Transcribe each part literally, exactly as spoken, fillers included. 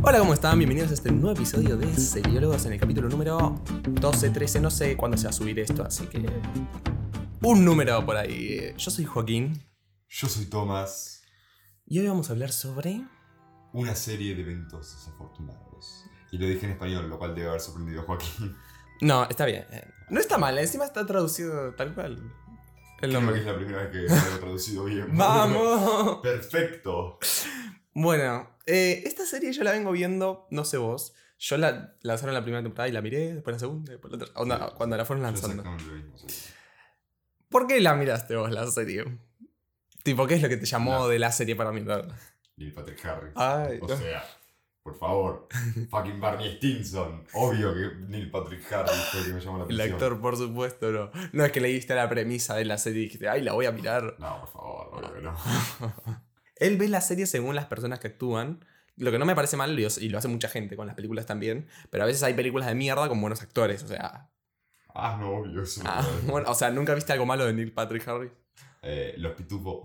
Hola, ¿cómo están? Bienvenidos a este nuevo episodio de Seriólogos en el capítulo número doce, trece, no sé cuándo se va a subir esto, así que... un número por ahí. Yo soy Joaquín. Yo soy Tomás. Y hoy vamos a hablar sobre... una serie de eventos desafortunados. Y lo dije en español, lo cual debe haber sorprendido a Joaquín. No, está bien. No está mal, encima está traducido tal cual. El Creo nombre. que es la primera vez que lo he traducido bien. ¡Vamos! Perfecto. Bueno, eh, esta serie yo la vengo viendo, no sé vos. Yo la lanzaron la primera temporada y la miré, después la segunda, después la tercera. Onda, Sí, cuando sí, la fueron yo lanzando. exactamente lo mismo, sí. ¿Por qué la miraste vos, la serie? Tipo, ¿qué es lo que te llamó No. de la serie para mirarla? Neil Patrick Harris. Ay, o no. sea, por favor. Fucking Barney Stinson. Obvio que Neil Patrick Harris fue el que me llamó la El atención. actor, por supuesto, no. No es que leíste la premisa de la serie y dijiste, ay, la voy a mirar. No, por favor, obvio que no. Él ve la serie según las personas que actúan. Lo que no me parece mal, y lo hace mucha gente con las películas también. Pero a veces hay películas de mierda con buenos actores, o sea... Ah, no, obvio, eso no Ah, puede ser. bueno, o sea, ¿nunca viste algo malo de Neil Patrick Harris? Eh, los pitufos.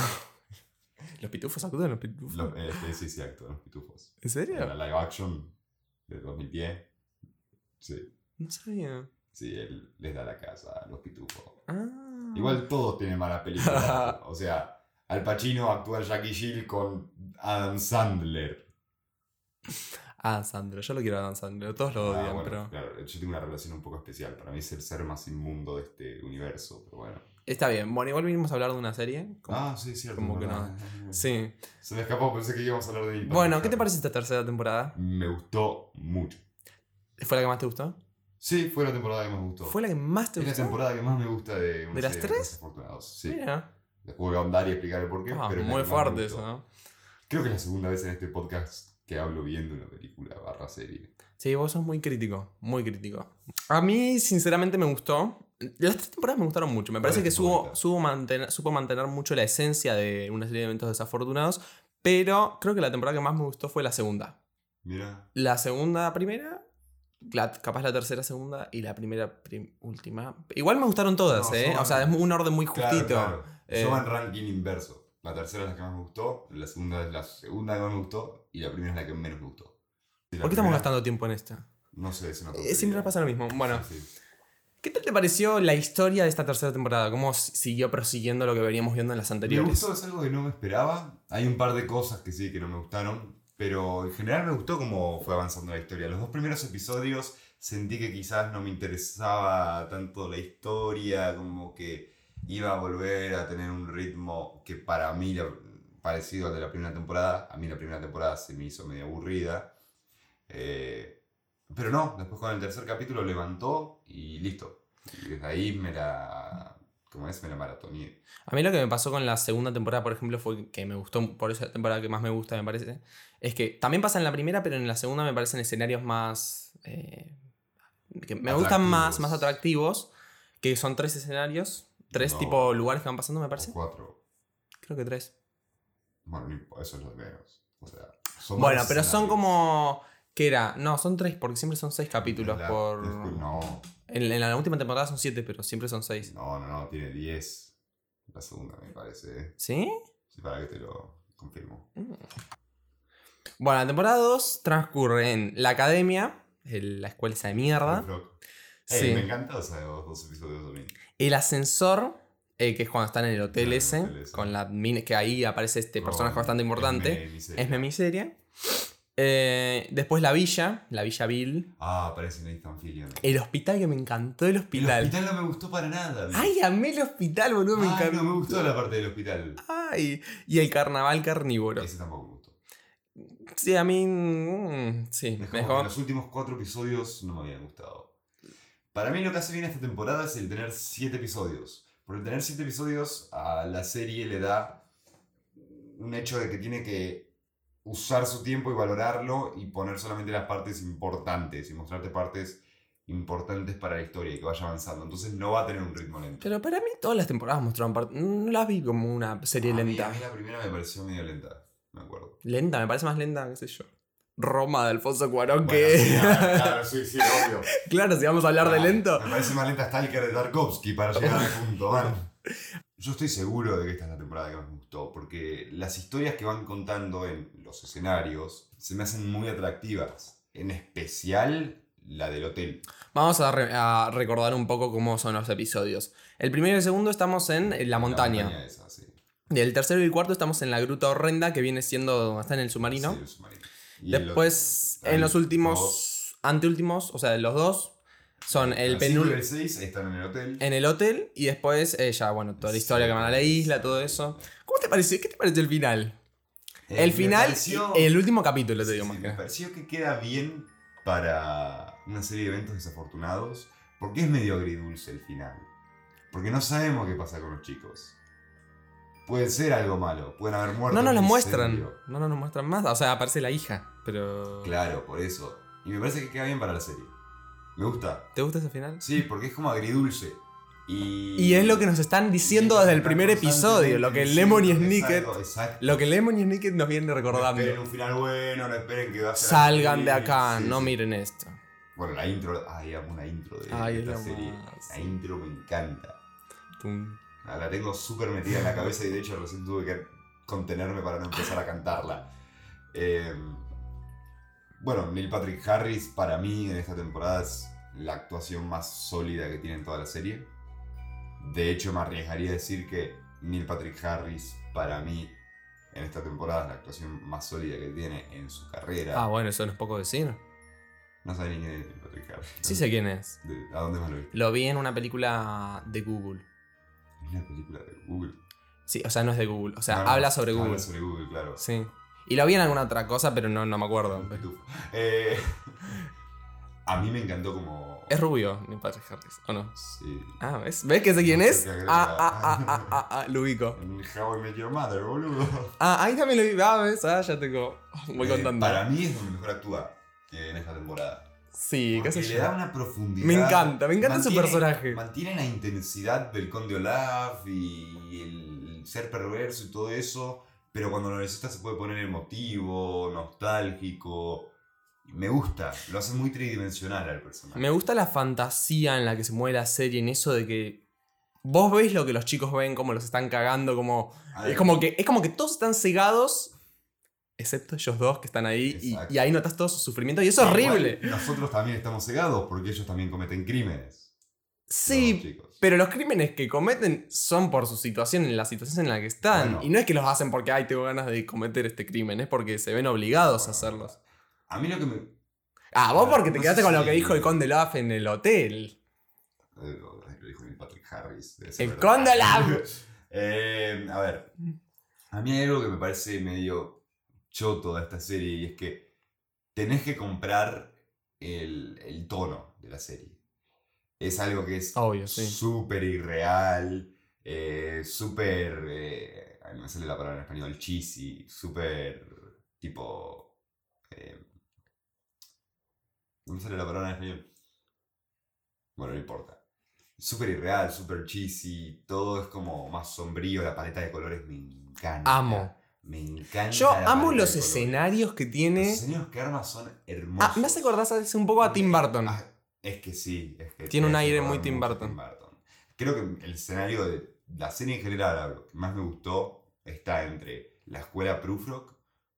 ¿Los pitufos actúan los pitufos? Los, eh, sí, sí, sí, actúan los pitufos. ¿En serio? En la live action de dos mil diez. Sí. No sabía. Sí, él les da la casa a los pitufos. Ah. Igual todos tienen malas películas. O sea, Al Pacino actúa en Jackie Jill con Adam Sandler. Adam Sandler, yo lo quiero a Adam Sandler, todos lo odian, Ah, bueno, pero... claro, yo tengo una relación un poco especial. Para mí es el ser más inmundo de este universo, pero bueno. Está bien, bueno, igual vinimos a hablar de una serie. Como... Ah, sí, cierto. como que verdad. Sí. Se me escapó, pensé que íbamos a hablar de Neil Bueno, Patrick ¿qué te Harris. parece esta tercera temporada? Me gustó mucho. ¿Fue la que más te gustó? Sí, fue la temporada que más me gustó. ¿Fue la que más te Es la gustó? temporada que más me gusta de una ¿De las serie tres? Desafortunados. Sí. Mira. Después voy a ahondar y explicar el porqué. Ah, pero es la muy que más me fuerte gustó. eso, ¿no? Creo que es la segunda vez en este podcast que hablo bien de una película barra serie. Sí, vos sos muy crítico, muy crítico. A mí, sinceramente, me gustó. Las tres temporadas me gustaron mucho. Me ¿Cuál parece es que tu supo, favorita? supo, mantener, supo mantener mucho la esencia de una serie de eventos desafortunados. Pero creo que la temporada que más me gustó fue la segunda. Mira. La segunda, primera... La, capaz la tercera, segunda y la primera, prim, última. Igual me gustaron todas, No, ¿eh? son- O sea, es un orden muy justito. Claro, claro. Eh, Yo van ranking inverso. La tercera es la que más me gustó, la segunda es la segunda que más me gustó y la primera es la que menos me gustó. Y la ¿Por qué estamos primera- gastando tiempo en esta? No sé, es una Eh, tontería. siempre pasa lo mismo. Bueno, Sí, sí. ¿qué tal te pareció la historia de esta tercera temporada? ¿Cómo s- siguió prosiguiendo lo que veníamos viendo en las Me anteriores? gustó, es algo que no me esperaba. Hay un par de cosas que sí que no me gustaron, pero en general me gustó cómo fue avanzando la historia. Los dos primeros episodios sentí que quizás no me interesaba tanto la historia, como que iba a volver a tener un ritmo que para mí, la- parecido al de la primera temporada, a mí la primera temporada se me hizo medio aburrida. Eh, pero no, después con el tercer capítulo levantó y listo. Y desde ahí me la... ¿Cómo es? Me la maratoneé. A mí lo que me pasó con la segunda temporada, por ejemplo, fue que me gustó, por esa temporada que más me gusta, me parece, es que también pasa en la primera, pero en la segunda me parecen escenarios más... eh, que me gustan más, más atractivos, que son tres escenarios, tres No. tipo lugares que van pasando, me O parece. cuatro. Creo que tres. Bueno, no imp- eso es lo de menos. O sea, son Bueno, varios pero son escenarios. como... ¿Qué era? No, son tres, porque siempre son seis capítulos La- por... después- No, En, en la última temporada son siete, pero siempre son seis. no, no, no, tiene diez. La segunda, me parece. ¿eh? ¿Sí? Sí, para que te lo confirmo. Bueno, la temporada dos transcurre en la academia, el- la escuela esa de mierda. Rock. Sí. Ey, me encanta esos dos episodios también. El ascensor, eh, que es cuando están en el hotel Claro, ese, el hotel ese. con la mina, que ahí aparece este No, personaje bastante importante. Esme Miseria. Es Memiseria. Eh, después la villa, la villa Bill. Ah, aparece Nathan Fillion. El hospital, que me encantó el El hospital. hospital no me gustó para nada. ¿viste? Ay, amé el hospital, boludo, me Ay, encantó. no me gustó la parte del hospital. Ay, y el carnaval carnívoro. Ese tampoco me gustó. Sí, a mí... mm, sí, Es me como dejó... que los últimos cuatro episodios no me habían gustado. Para mí lo que hace bien esta temporada es el tener siete episodios. Por el tener siete episodios a la serie le da un hecho de que tiene que usar su tiempo y valorarlo y poner solamente las partes importantes y mostrarte partes importantes para la historia y que vaya avanzando. Entonces no va a tener un ritmo lento. Pero para mí todas las temporadas mostraron parte... No las vi como una serie a mí, lenta. a mí la primera me pareció medio lenta, me acuerdo. Lenta, me parece más lenta, qué sé yo. Roma de Alfonso Cuarón, Bueno, que... sí, claro, claro, sí, sí, obvio. Claro, si vamos a hablar de Ah, lento. Me parece más lenta Stalker de Tarkovsky para llegar al punto, man. Yo estoy seguro de que esta es la temporada que más me gustó, porque las historias que van contando en los escenarios se me hacen muy atractivas. En especial la del hotel. Vamos a, re- a recordar un poco cómo son los episodios. El primero y el segundo estamos en, en la montaña. La montaña esa, sí. Y el tercero y el cuarto estamos en la gruta horrenda, que viene siendo... Está en el submarino. Sí, el submarino. Y el Después, otro- en los hay últimos... dos. Anteúltimos, o sea, los dos... Son el El cinco y penúltimo... el seis están en el hotel. En el hotel. Y después, eh, ya, bueno, toda la historia que van a la isla, todo eso. ¿Cómo te pareció? ¿Qué te pareció el final? Eh, el me final, pareció- el último capítulo, te Sí, digo sí, más que me nada. pareció que queda bien para una serie de eventos desafortunados, porque es medio agridulce el final. Porque no sabemos qué pasa con los chicos. Puede ser algo malo, pueden haber muerto. No nos en lo un muestran. incendio. No nos lo muestran más. O sea, aparece la hija, pero... Claro, por eso. Y me parece que queda bien para la serie. Me gusta. ¿Te gusta ese final? Sí, porque es como agridulce. Y, Y es lo que nos están diciendo desde el primer episodio. Lo que Lemon y Snicket... Lo que Lemon y Snicket nos vienen No recordando. esperen un final bueno, no esperen que va a ser... Salgan así. de acá, Sí, no sí. miren esto. Bueno, la intro... Ay, amo una intro de Ay, es esta lo serie. más. La intro me encanta. Tum. La tengo súper metida en la cabeza y de hecho recién tuve que contenerme para no empezar a cantarla. Eh, bueno, Neil Patrick Harris para mí en esta temporada es la actuación más sólida que tiene en toda la serie. De hecho me arriesgaría a decir que Neil Patrick Harris para mí en esta temporada es la actuación más sólida que tiene en su carrera. Ah, bueno, eso no es poco decir. No sabe ni quién es Neil Patrick Harris. Sí sé quién es. ¿De- ¿A dónde más lo viste? Lo vi en una película de Google. Es una película de Google. Sí, o sea, no es de Google. O sea, No, no, habla sobre Google. Habla sobre Google, claro. Sí. Y lo vi en alguna otra cosa, pero no, no me acuerdo. Pitufo. Eh, a mí me encantó como... Es rubio, mi padre Harris, ¿o no? Sí. Ah, ¿ves? ¿Ves que sé quién No sé es? qué Ah, agrega. ah, ah, ah, ah, ah, lo ubico. En How I Met Your Mother, boludo. Ah, ahí también lo vi. Ah, ¿ves? Ah, ya tengo. Voy Eh, contando. Para mí es donde mejor actúa eh, en esta temporada. Sí, qué Porque sé le yo. da una profundidad. Me encanta, me encanta su Mantiene- personaje. Mantiene la intensidad del Conde Olaf y el ser perverso y todo eso. Pero cuando lo necesita se puede poner emotivo, nostálgico. Me gusta, lo hace muy tridimensional al personaje. Me gusta la fantasía en la que se mueve la serie, en eso de que vos ves lo que los chicos ven, cómo los están cagando, como A ver, es como que es como que todos están cegados, excepto ellos dos que están ahí y, Exacto. y ahí notas todo su sufrimiento y eso es horrible. igual, nosotros también estamos cegados porque ellos también cometen crímenes. Sí, los chicos. pero los crímenes que cometen son por su situación, en la situación en la que están. Bueno. Y no es que los hacen porque, ay, tengo ganas de cometer este crimen, es porque se ven obligados a Bueno, hacerlos. A mí lo que me... Ah, vos Bueno, porque te no quedaste sé con lo si- que dijo el Conde Olaf en el hotel. Eh, Lo dijo Neil Patrick Harris. debe ser ¡El verdad. Conde Olaf! Eh, a ver, a mí hay algo que me parece medio choto de esta serie y es que tenés que comprar el, el tono de la serie. Es algo que es Obvio, sí. súper irreal, eh, súper... Eh, ay, no me sale la palabra en español, cheesy, súper tipo... eh, no me sale la palabra en español. Bueno, no importa. Súper irreal, súper cheesy, todo es como más sombrío, la paleta de colores me encanta. Amo. Me encanta. Yo la amo paleta los de colores. escenarios que Los tiene. escenarios que arma son hermosos. Ah, me hace acordar ¿sabes? un poco a Tim Burton. Ah, es que sí. Es que Tiene te un hace aire acordar muy Tim mucho a Burton. Burton. Creo que el escenario de la serie en general, lo que más me gustó, está entre la escuela Prufrock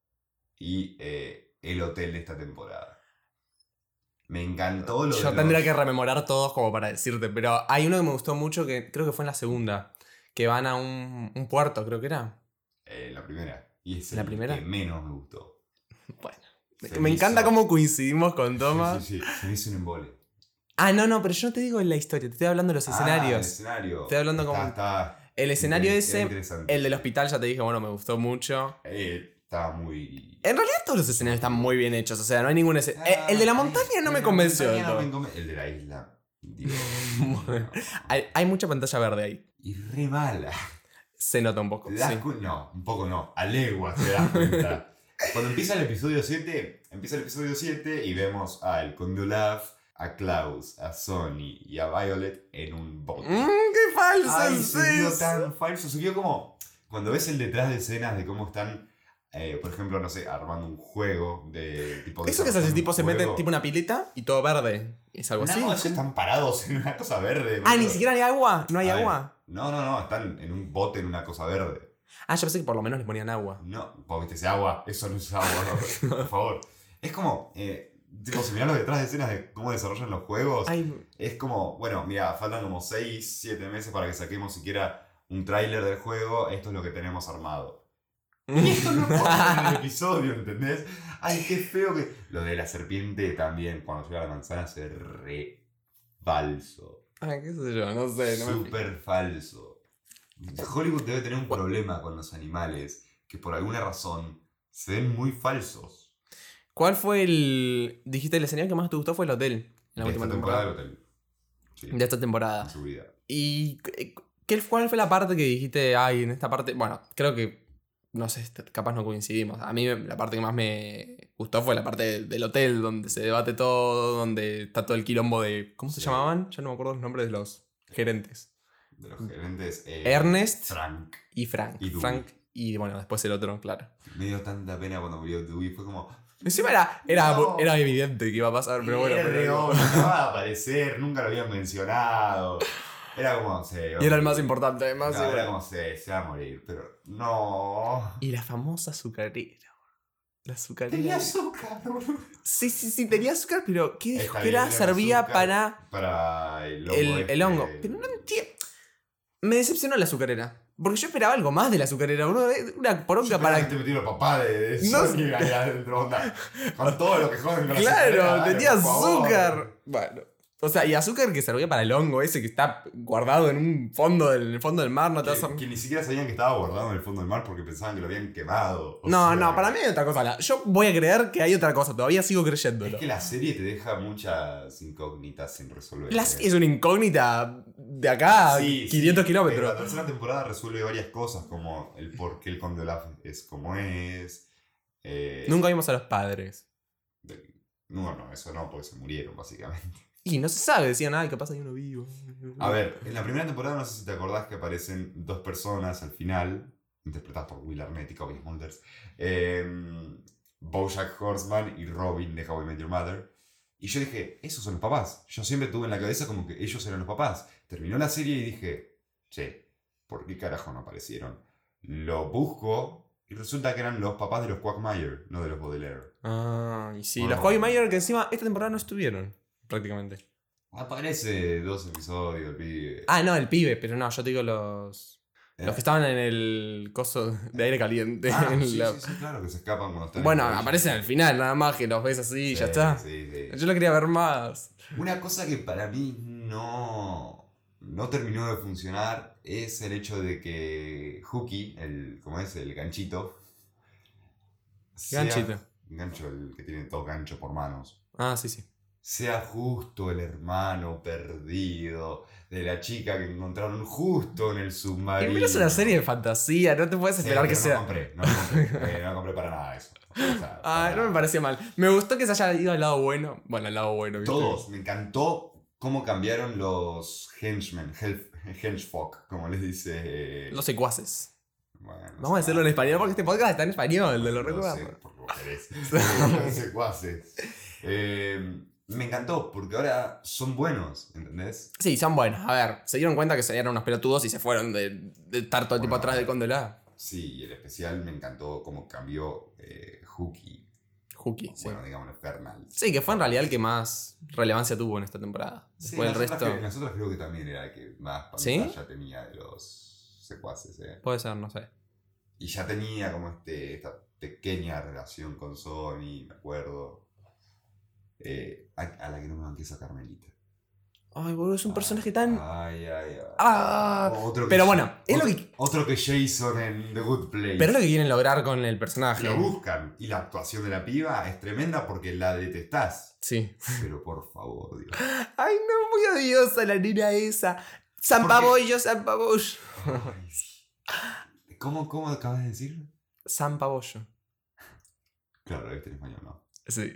y eh, el hotel de esta temporada. Me encantó lo de Yo los- tendría que rememorar todos como para decirte, pero hay uno que me gustó mucho que creo que fue en la segunda, que van a un, un puerto, creo que era. Eh, la primera. Y es ¿La el primera? que menos me gustó. Bueno, Se me me encanta hizo- cómo coincidimos con Thomas. Sí, sí, sí. Se me hizo un embole. Ah, no, no, pero yo no te digo en la historia, te estoy hablando de los Ah, escenarios. el escenario. Estoy hablando Está- como- está El escenario inter- ese, interesante. el del hospital, ya te dije, bueno, me gustó mucho. Eh, estaba muy... En realidad todos los escenarios están muy bien hechos, o sea, no hay ningún escenario. Eh, el de la montaña no El de me la convenció del montaña no todo. me conven- El de la isla. Dios. Bueno, hay, hay mucha pantalla verde ahí. Y re mala. Se nota un poco. ¿Te das Sí. cu- No, un poco no. A leguas te das cuenta. Cuando empieza el episodio siete, empieza el episodio siete y vemos al Conde Olaf, a Klaus, a Sonny y a Violet en un bote. Mm, ¡Qué falso Ay, es se vio eso! tan falso. Se vio como cuando ves el detrás de escenas de cómo están, eh, por ejemplo, no sé, armando un juego de tipo. Eso que es así, tipo, se mete tipo una pileta y todo verde. ¿Es algo así? No, ellos están parados en una cosa verde. Ah, ni boludo. siquiera hay agua. No hay A ver, agua. No, no, no, están en un bote en una cosa verde. Ah, yo pensé que por lo menos le ponían agua. No, vos viste ese agua, eso no es agua, no, por favor. Es como, eh, tipo, si mirás los detrás de escenas de cómo desarrollan los juegos, Ay, es como, bueno, mira, faltan como seis, siete meses para que saquemos siquiera un tráiler del juego, esto es lo que tenemos armado. Y esto no pasa en el episodio, ¿entendés? Ay, qué feo que... Lo de la serpiente también, cuando llega a la manzana, se ve re falso. ay, qué sé yo, no sé. No me... Súper falso. Hollywood debe tener un problema con los animales, que por alguna razón se ven muy falsos. ¿Cuál fue el. Dijiste el escenario que más te gustó fue el hotel? En la De última esta temporada del hotel. Sí, De esta temporada. en su vida. ¿Y qué, cuál fue la parte que dijiste, ay, en esta parte? Bueno, creo que, no sé, capaz no coincidimos. A mí la parte que más me gustó fue la parte del hotel, donde se debate todo, donde está todo el quilombo de... ¿Cómo se Sí. llamaban? Ya no me acuerdo los nombres de los gerentes. De los gerentes. Eh, Ernest Frank. y Frank. Y Dewey. Frank y, bueno, después el otro, claro. Me dio tanta pena cuando murió Dewey. Fue como. Encima era, era, No. era evidente que iba a pasar, pero bueno. Era pero- re obvio, no va a aparecer, nunca lo habían mencionado. Era como, sí, Y era el más importante, además. No, y era bueno. como, sí, se va a morir, pero no. Y la famosa azucarera. La azucarera. Tenía azúcar, boludo. Sí, sí, sí, tenía azúcar, pero ¿qué dijo Está que bien, era? era Servía azúcar para Para el hongo. el, este. el hongo. Pero no entiendo. Me decepcionó la azucarera. Porque yo esperaba algo más de la azucarera. Uno, una poronga Yo para. para que te metieron los papás de, de No Sony ahí adentro, onda. Con todo lo que joden con la Claro, azucarera, dale, tenía por favor. azúcar. Bueno. O sea, y azúcar que servía para el hongo ese que está guardado en un fondo del, en el fondo del mar, no te vas a... Que, que ni siquiera sabían que estaba guardado en el fondo del mar porque pensaban que lo habían quemado. O No, sea, no, para mí hay otra cosa. La- Yo voy a creer que hay otra cosa, todavía sigo Es creyéndolo. que la serie te deja muchas incógnitas sin resolver. La serie es una incógnita de acá a Sí, quinientos sí, pero kilómetros. la tercera temporada resuelve varias cosas, como el por qué el Conde Olaf es como es. eh, Nunca vimos a los padres. de- no, no, eso no, porque se murieron, básicamente. Y no se sabe, decían, ay, capaz hay uno vivo. A ver, en la primera temporada no sé si te acordás que aparecen dos personas al final, interpretadas por Will Arnett y Cobie Smulders, eh, BoJack Horseman y Robin de How I Met Your Mother. Y yo dije, esos son los papás. Yo siempre tuve en la cabeza como que ellos eran los papás. Terminó la serie y dije, che, ¿por qué carajo no aparecieron? Lo busco y resulta que eran los papás de los Quagmire, no de los Baudelaire. Ah, y sí, Oh. los Quagmire Mayer que encima esta temporada no estuvieron, prácticamente. Aparece dos episodios el pibe. Ah, no, el pibe, pero no, yo te digo los... ¿Eh? Los que estaban en el coso de aire caliente. Ah, en sí, la- sí, sí, claro, que se escapan cuando están en Bueno, el colegio. aparecen al final, nada más que los ves así y ya Sí, está. sí, sí. Yo lo quería ver más. Una cosa que para mí no, no terminó de funcionar es el hecho de que Hooky, el, ¿cómo es? El ganchito. sea- Ganchito. Gancho, el que tiene todo gancho por manos. Ah, sí, sí. Sea justo el hermano perdido de la chica que encontraron justo en el submarino. Primero es una serie de fantasía, no te puedes Sí, esperar que pero sea... No compré, no compré, eh, no compré para nada eso. O sea, Ah, para no me nada. parecía mal. Me gustó que se haya ido al lado bueno. Bueno, al lado bueno, ¿viste? Todos, me encantó cómo cambiaron los henchmen, hel- henchfolk, como les dice. eh, Los secuaces. bueno, no Vamos a sé. decirlo en español porque este podcast está en español, de lo No recuerdo. sé, porque vos querés. Los secuaces. Eh, me encantó, porque ahora son buenos, ¿entendés? Sí, son buenos. A ver, se dieron cuenta que eran unos pelotudos y se fueron de, de estar todo el tiempo Bueno, atrás del Condelá. Sí, y el especial me encantó cómo cambió eh, Hooky. Hooky, sí. Bueno, digamos, Fernal. Sí, que fue en realidad el que más relevancia tuvo en esta temporada. Sí, Después el las otras resto. que- las otras creo que también era el que más ¿Sí? pantalla tenía de los secuaces, ¿eh? Puede ser, no sé. Y ya tenía como este, esta pequeña relación con Sony, me acuerdo. Eh, a, a la que no me banqué esa Carmelita. Ay, boludo, es un personaje tan. Ay, ay, ay. Ah, Otro que- pero bueno, es otro, lo que- otro que Jason en The Good Place. Pero es lo que quieren lograr con el personaje. Lo buscan. Y la actuación de la piba es tremenda porque la detestás. Sí. Pero por favor, Dios. Ay, no, muy odiosa la nena esa. San Pabollo, San Pabollo. Ay, sí. ¿Cómo, ¿Cómo acabas de decir? San Pabollo. Claro, lo viste en español, ¿no? Sí.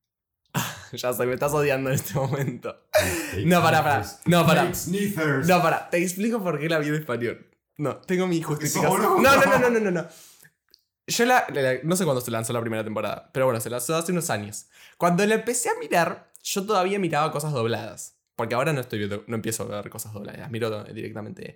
Ya sé, me estás odiando en este momento. No, pará, pará. No, pará. Fake sniffers. No, pará. Te explico por qué la vi en español. No, tengo mi justificación. sos boludo. No, no, no, no, no, no, no. Yo la, la- no sé cuándo se lanzó la primera temporada, pero bueno, se lanzó hace unos años. Cuando la empecé a mirar, yo todavía miraba cosas dobladas. porque ahora no estoy viendo, no empiezo a ver cosas dobladas, las miro directamente.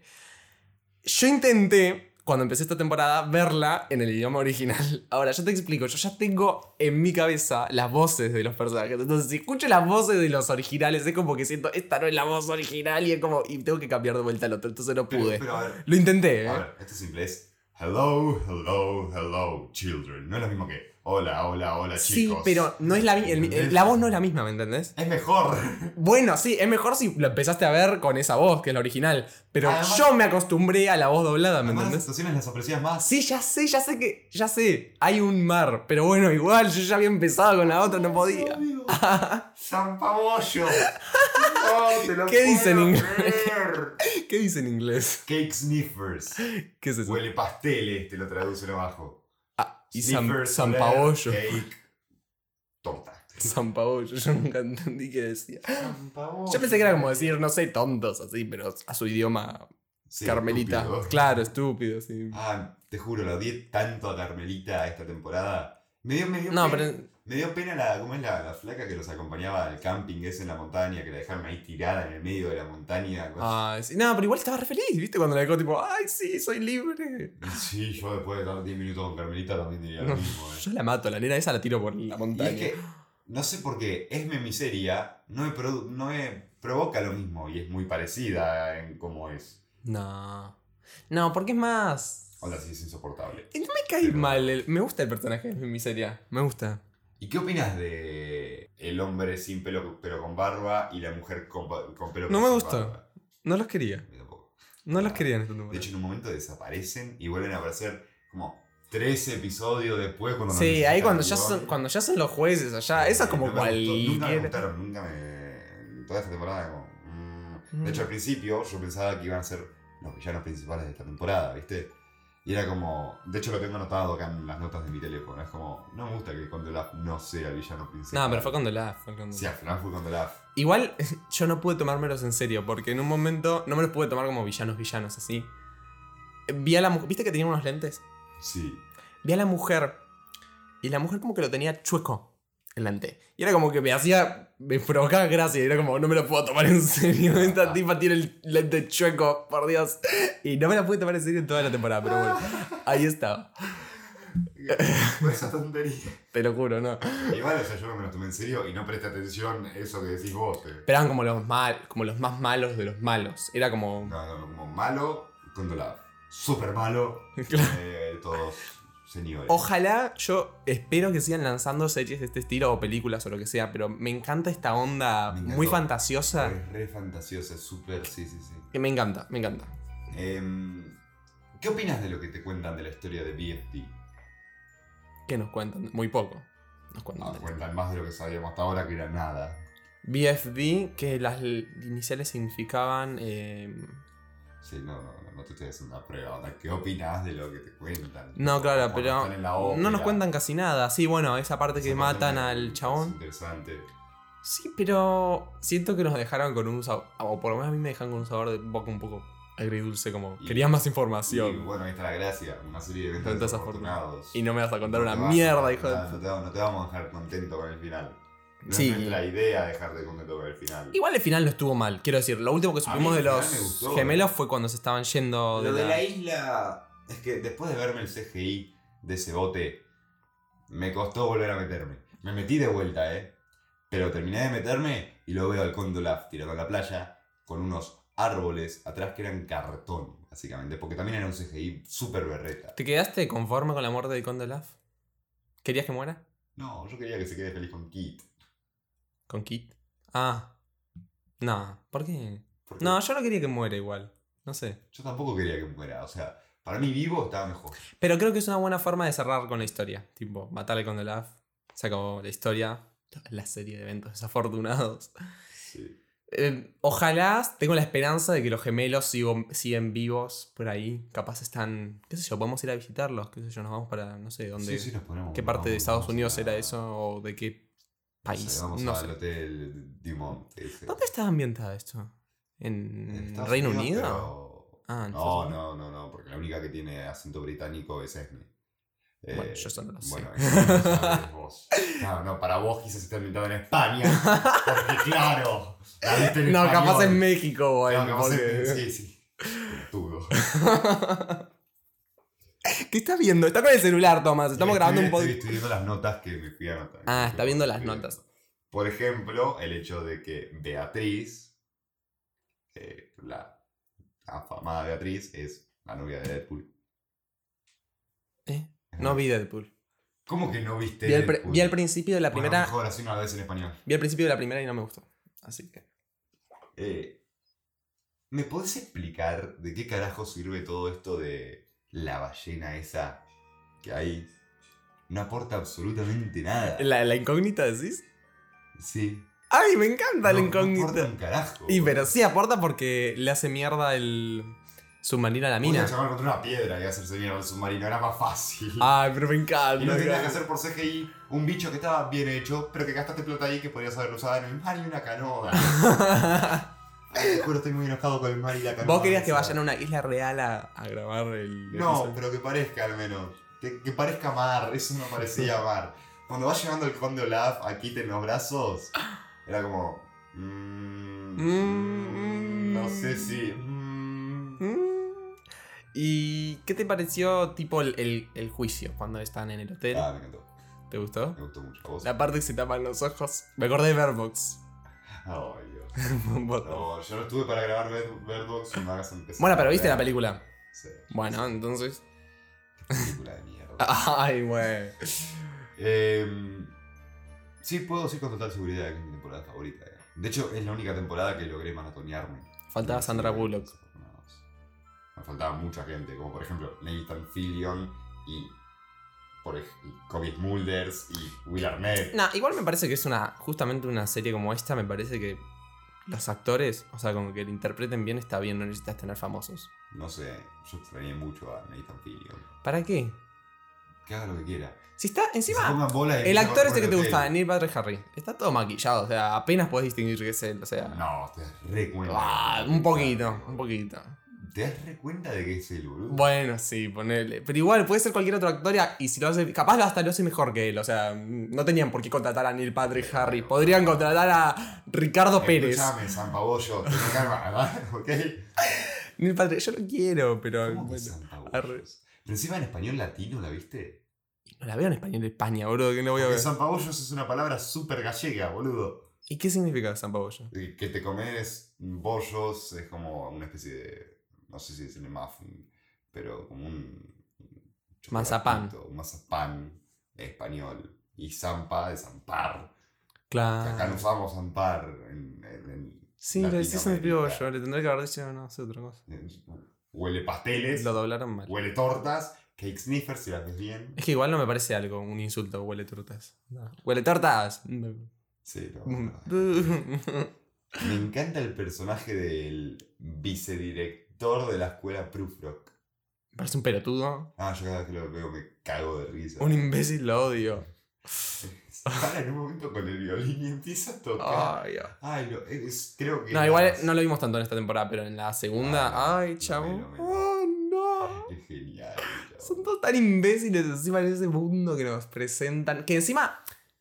Yo intenté, cuando empecé esta temporada, verla en el idioma original. Ahora, yo te explico, yo ya tengo en mi cabeza las voces de los personajes. Entonces, si escucho las voces de los originales, es como que siento, esta no es la voz original y es como, y tengo que cambiar de vuelta al otro, entonces no pude. Pero, pero a ver, Lo intenté, ¿eh? A ver, esto es simple, es hello, hello, hello, children. No es lo mismo que hola, hola, hola, Sí, chicos. pero no es la, mi- el- el- la voz no es la misma, ¿me entendés? Es mejor. Bueno, sí, es mejor si lo empezaste a ver con esa voz, que es la original. Pero Además- yo me acostumbré a la voz doblada, ¿me Además, las entendés? actuaciones las aprecias más. Sí, ya sé, ya sé que. Ya sé, hay un mar. Pero bueno, igual, yo ya había empezado con la otra, no podía. Amigo. San Pabollo. No, te lo ¿Qué dice en puedo inglés? creer. ¿Qué dice en inglés? Cake sniffers. ¿Qué es eso? Huele pasteles, te lo traducen abajo. Ah, y San, Sniffers, San oler, Pabollo. Cake. Torta. San Pabollo, yo nunca entendí qué decía. San Pabollo. Yo pensé que era como decir, no sé, tontos, así, pero a su idioma Sí, Carmelita. estúpido. Claro, estúpido, sí. Ah, te juro, la odié tanto a Carmelita esta temporada. Me dio, me dio No, pena, pero- me dio pena la, ¿cómo es la, la flaca que los acompañaba al camping ese en la montaña, que la dejaron ahí tirada en el medio de la montaña? Ah, sí. No, pero igual estaba re feliz, ¿viste? Cuando le dejó tipo, ay, sí, soy libre. Sí, yo después de dar diez minutos con Carmelita también diría No, lo mismo. eh. yo la mato, la nena esa la tiro por la Y montaña. es que, no sé por qué, Esme Miseria no me, produ- no me provoca lo mismo y es muy parecida en cómo es. No. No, porque es más. Onda, sí es insoportable. No me cae Pero- mal. el- Me gusta el personaje de Miseria. Me gusta. ¿Y qué opinas de el hombre sin pelo pero con barba y la mujer con, pa- con pelo No pero me sin gustó. barba? No los quería. A mí tampoco. No los Ah, quería en esta De temporada. hecho, en un momento desaparecen y vuelven a aparecer como trece episodios después. Cuando nos Sí, ahí necesitan cuando el ya, guión. son, cuando ya son los jueces allá. Eso es como No me gustó, Nunca me cualquier. gustaron, nunca me. Toda esta temporada, como. mm. Mm. De hecho, al principio yo pensaba que iban a ser los villanos principales de esta temporada, ¿viste? Y era como. De hecho, lo tengo anotado acá en las notas de mi teléfono. Es como. No me gusta que Condelaf no sea el villano principal. No, pero fue con The Laugh. Fue con The Sí, al final fue Condelaf. Igual yo no pude tomármelos en serio, porque en un momento no me los pude tomar como villanos, villanos, así. Vi a la mujer. ¿Viste que tenía unos lentes? Sí. Vi a la mujer. Y la mujer como que lo tenía chueco, el lente. Y era como que me hacía. Me provocaba gracia. Y era como, no me lo puedo tomar en serio. Esta tipa tiene el lente chueco, por Dios. Y no me la pude tomar en serio en toda la temporada, pero bueno. Ahí estaba. Fue esa tontería. Te lo juro, ¿no? Igual, o sea, yo no me lo tomé en serio y no presté atención a eso que decís vos. eh. Pero eran como los, mal, como los más malos de los malos. Era como. No, no, como malo, Condelaf. Súper malo, Claro. eh, todos señores. Ojalá, yo espero que sigan lanzando series de este estilo o películas o lo que sea, pero me encanta esta onda Me encantó. muy fantasiosa. Es re fantasiosa, súper, sí, sí, sí. Que me encanta, me encanta. Em, ¿Qué opinas de lo que te cuentan de la historia de B F D? ¿Qué nos cuentan? Muy poco. Nos cuentan. Nos de- cuentan más de lo que sabíamos hasta ahora, que era nada. B F D, que las l- iniciales significaban. eh, Sí, no, no, no, no te estoy haciendo una prueba. onda, ¿Qué opinas de lo que te cuentan? No, claro, Cuando pero están en la no ópera. nos cuentan casi nada. Sí, bueno, esa parte que Esa parte matan me- al es chabón. interesante. Sí, pero siento que nos dejaron con un sabor. O por lo menos a mí me dejan con un sabor de boca un poco agridulce, como. Y- Querías más Y información. bueno, ahí está la gracia. Una serie de eventos Tantas desafortunados. Y no me vas a contar No te una vas- mierda, hijo de. no, no te, vamos- no te vamos a dejar contento con el final. No Sí. es nuestra idea dejarte contento con el final. Igual el final no estuvo mal, quiero decir, lo último que A supimos mí de el final los me gustó. gemelos fue cuando se estaban yendo de Lo de la... la isla. Es que después de verme el C G I de ese bote, me costó volver a meterme. Me metí de vuelta, ¿eh? Pero terminé de meterme y lo veo al Condolaf tirado en la playa con unos árboles atrás que eran cartón, básicamente. Porque también era un C G I súper berreta. ¿Te quedaste conforme con la muerte de Condelaf? ¿Querías que muera? No, yo quería que se quede feliz con Kit. ¿Con Kit? Ah. No, ¿por qué? Porque No, yo no quería que muera igual. No sé. yo tampoco quería que muera. O sea, para mí vivo estaba mejor. Pero creo que es una buena forma de cerrar con la historia. Tipo, matar a Condelaf. Se acabó la historia. La serie de eventos desafortunados. Sí. Eh, ojalá tengo la esperanza de que los gemelos sigo- siguen vivos por ahí. Capaz están. ¿Qué sé yo? Podemos ir a visitarlos. ¿Qué sé yo? Nos vamos para. No sé dónde. Sí, sí, nos ponemos. ¿Qué parte de vamos- Estados vamos Unidos a- era eso? ¿O de qué No sé, país? vamos No al sé. hotel Dumont. ese. ¿Dónde está ambientada esto? En ¿En Estados Reino Unidos, Unido? pero- Ah, en No, Estados no, no, no, porque la única que tiene acento británico es Esme. Eh, Bueno, yo eso no lo sé. Bueno, eso no lo sabes vos. No, no, para vos quizás esté ambientado en España. Porque claro, la viste en No, español. capaz en México, güey. No, capaz porque- en... Sí, sí. Pelotudo. ¿Qué estás viendo? Está con el celular, Tomás. Estamos Estoy- grabando un estoy- podcast. Estoy viendo las notas que me fui a anotar. Ah, está viendo las Estoy notas. Por ejemplo, el hecho de que Beatriz, eh, la afamada Beatriz, es la novia de Deadpool. ¿Eh? No vi Deadpool. ¿Cómo que no viste Vi al, pre- Deadpool? vi al principio de la Bueno, primera. mejor así una vez en español. Vi al principio de la primera y no me gustó. Así que. Eh, ¿Me podés explicar de qué carajo sirve todo esto de la ballena esa que hay? No aporta absolutamente nada. ¿La, la incógnita decís? Sí. ¡Ay, me encanta la No- incógnita! No aporta un carajo. Y pero boludo. sí aporta porque le hace mierda el submarino a la mina. Podía llamar contra una piedra y hacerse mierda al submarino, era más fácil. Ay, pero me encanta. Y no tenías que hacer por C G I un bicho que estaba bien hecho, pero que gastaste plata ahí que podrías haberlo usado en el mar y una canoa. Ay, te juro, estoy muy enojado con el mar y la canoa. Vos querías que esa. vayan a una isla real a, a grabar el. No, episodio. pero que parezca al menos. Que, que parezca mar, eso no parecía mar. Cuando va llegando el conde Olaf a Kit en los brazos, era como. mm, Mm, no sé si. mm. Mm. ¿Y qué te pareció, tipo, el, el, el juicio cuando están en el hotel? Ah, me encantó. ¿Te gustó? Me gustó mucho. ¿A vos? La parte que se tapan los ojos. Me acordé de Verbox. Ay, Dios. No, yo no estuve para grabar Bird, Bird Box y me hagas empezar. Bueno, pero a viste la ver. película. Sí. Bueno, entonces. Qué película de mierda. Ay, güey. Eh, sí, puedo decir con total seguridad que es mi temporada favorita. eh. De hecho, es la única temporada que logré maratonearme. Faltaba Sí, Sandra sí, Bullock. desafortunados. Me faltaba mucha gente, como por ejemplo Nathan Fillion y por ej- y Kobe Smulders y Will Arnett. Nah, igual me parece que es una. Justamente una serie como esta, me parece que los actores, o sea, como que lo interpreten bien está bien, no necesitas tener famosos. No sé, yo extrañé mucho a Nathan Fillion. ¿Para qué? Que haga lo que quiera. Si está, Que se encima, pongan bolas y el empiece a actor correr este que por te el gusta, hotel. Neil Patrick Harris, está todo maquillado, o sea, apenas podés distinguir que es él, o sea. No, te das re cuenta. Ah, de que un es poquito, él, un poquito. ¿Te das re cuenta de que es él, boludo? Bueno, sí, ponele. Pero igual, puede ser cualquier otro actor y si lo hace. Capaz hasta lo hace mejor que él. O sea, no tenían por qué contratar a Neil Patrick Harris. Podrían contratar a Ricardo Pérez. Escuchame, San Pabollo, ten calma, ¿verdad? ¿Ok? Neil Patrick, yo lo quiero, pero. ¿Cómo que bueno, San Pabollo? arre. Pero encima en español latino, ¿la viste? No la veo en español de España, boludo, que no voy a Porque ver. San Pabollos es una palabra súper gallega, boludo. ¿Y qué significa San Pabollo? Y que te comes bollos es como una especie de. No sé si decirle muffin, pero como un. un Mazapán. chocolatito, Un mazapán español. Y zampa de zampar. Que Claro. acá no usamos zampar en. en, en Sí, lo decís en el Latinoamérica. criollo, le tendré que haber dicho, no sé, otra cosa. Huele pasteles, Lo doblaron mal. huele tortas, cake sniffers si las ves bien. Es que igual no me parece algo, un insulto, huele tortas. No. ¡Huele tortas! Sí, no, Me no. Me encanta el personaje del vicedirector de la escuela Prufrock. parece un pelotudo. Ah, yo cada vez que lo veo me cago de risa. Un imbécil, lo odio. Para en un momento con el violín y empieza a tocar. Ay, Ay, no, es, creo que. no, es igual más- no lo vimos tanto en esta temporada, pero en la segunda. Ah, ay, no, chavo. no, no, no. Oh, no. Es genial. chavo. Son todos tan imbéciles encima de ese mundo que nos presentan. Que encima.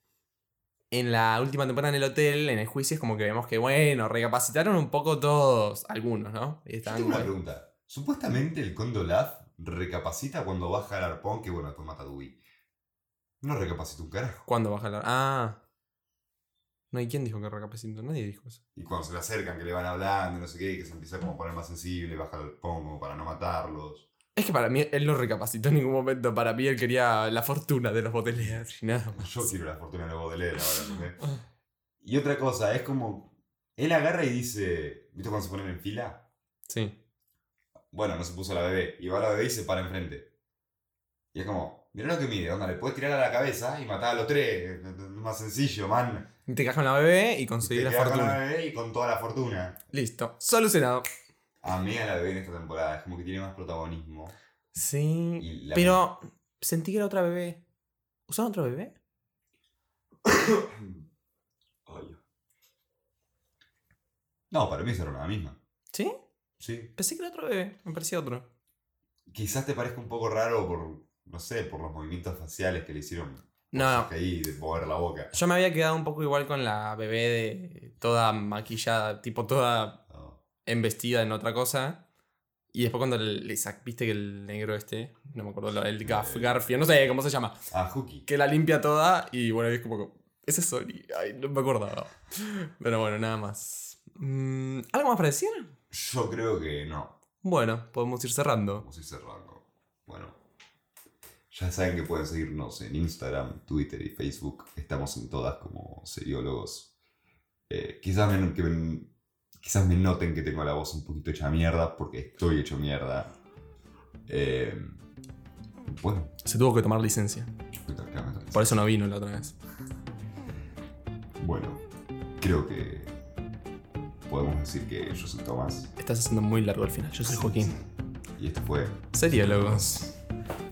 En la última temporada en el hotel, en el juicio, es como que vemos que, bueno, recapacitaron un poco todos, algunos, ¿no? Y Yo estaban tengo una como- pregunta. Supuestamente el Conde Olaf recapacita cuando baja el arpón, que bueno, después mata a Dewey. No recapacita un carajo. ¿Cuándo baja la.? Ah. No hay quién dijo que recapacitó, nadie dijo eso. Y cuando se le acercan, que le van hablando, no sé qué, que se empieza como a poner más sensible, baja el arpón como para no matarlos. Es que para mí él no recapacitó en ningún momento. Para mí él quería la fortuna de los boteleros y nada más. Yo quiero la fortuna de Baudelaire ahora, ¿no? Y otra cosa, es como. Él agarra y dice. ¿Viste cuando se ponen en fila? Sí. Bueno, no se puso la bebé. Y va la bebé y se para enfrente. Y es como. Mirá lo que mide, onda, le puedes tirar a la cabeza y matar a los tres. Es más sencillo, man. Y te quedas con la bebé y Te conseguir la quedás con fortuna. la bebé y con toda la fortuna. Listo. Solucionado. Amé a la bebé en esta temporada, es como que tiene más protagonismo. Sí. Y la- Pero sentí que era otra bebé. ¿Usaron otra bebé? Ay. No, para mí esa era la misma. ¿Sí? Sí. Pensé que era otra bebé. Me parecía otro. Quizás te parezca un poco raro por no sé, por los movimientos faciales que le hicieron. No, ahí de mover la boca. Yo me había quedado un poco igual con la bebé de toda maquillada, tipo toda No. embestida en otra cosa. Y después cuando le, le sac- viste que el negro este, no me acuerdo, lo- el Gaff, Eh. Garfio, no sé cómo se llama, Ah, Hookie. que la limpia toda y bueno, es como que, ese es Sony, ay, no me acordaba. Pero bueno, nada más. Mm, ¿Algo más para decir? Yo creo que no. Bueno, podemos ir cerrando. Vamos a ir cerrando. Bueno. Ya saben que pueden seguirnos en Instagram, Twitter y Facebook. Estamos en todas como seriólogos. Eh, quizás, me, que me, quizás me noten que tengo la voz un poquito hecha mierda porque estoy hecho mierda. Eh, bueno. Se tuvo que tomar licencia. Por eso no vino la otra vez. Bueno, creo que podemos decir que yo soy Tomás. Estás haciendo muy largo al final. Yo soy Joaquín. Y esto fue Seriólogos.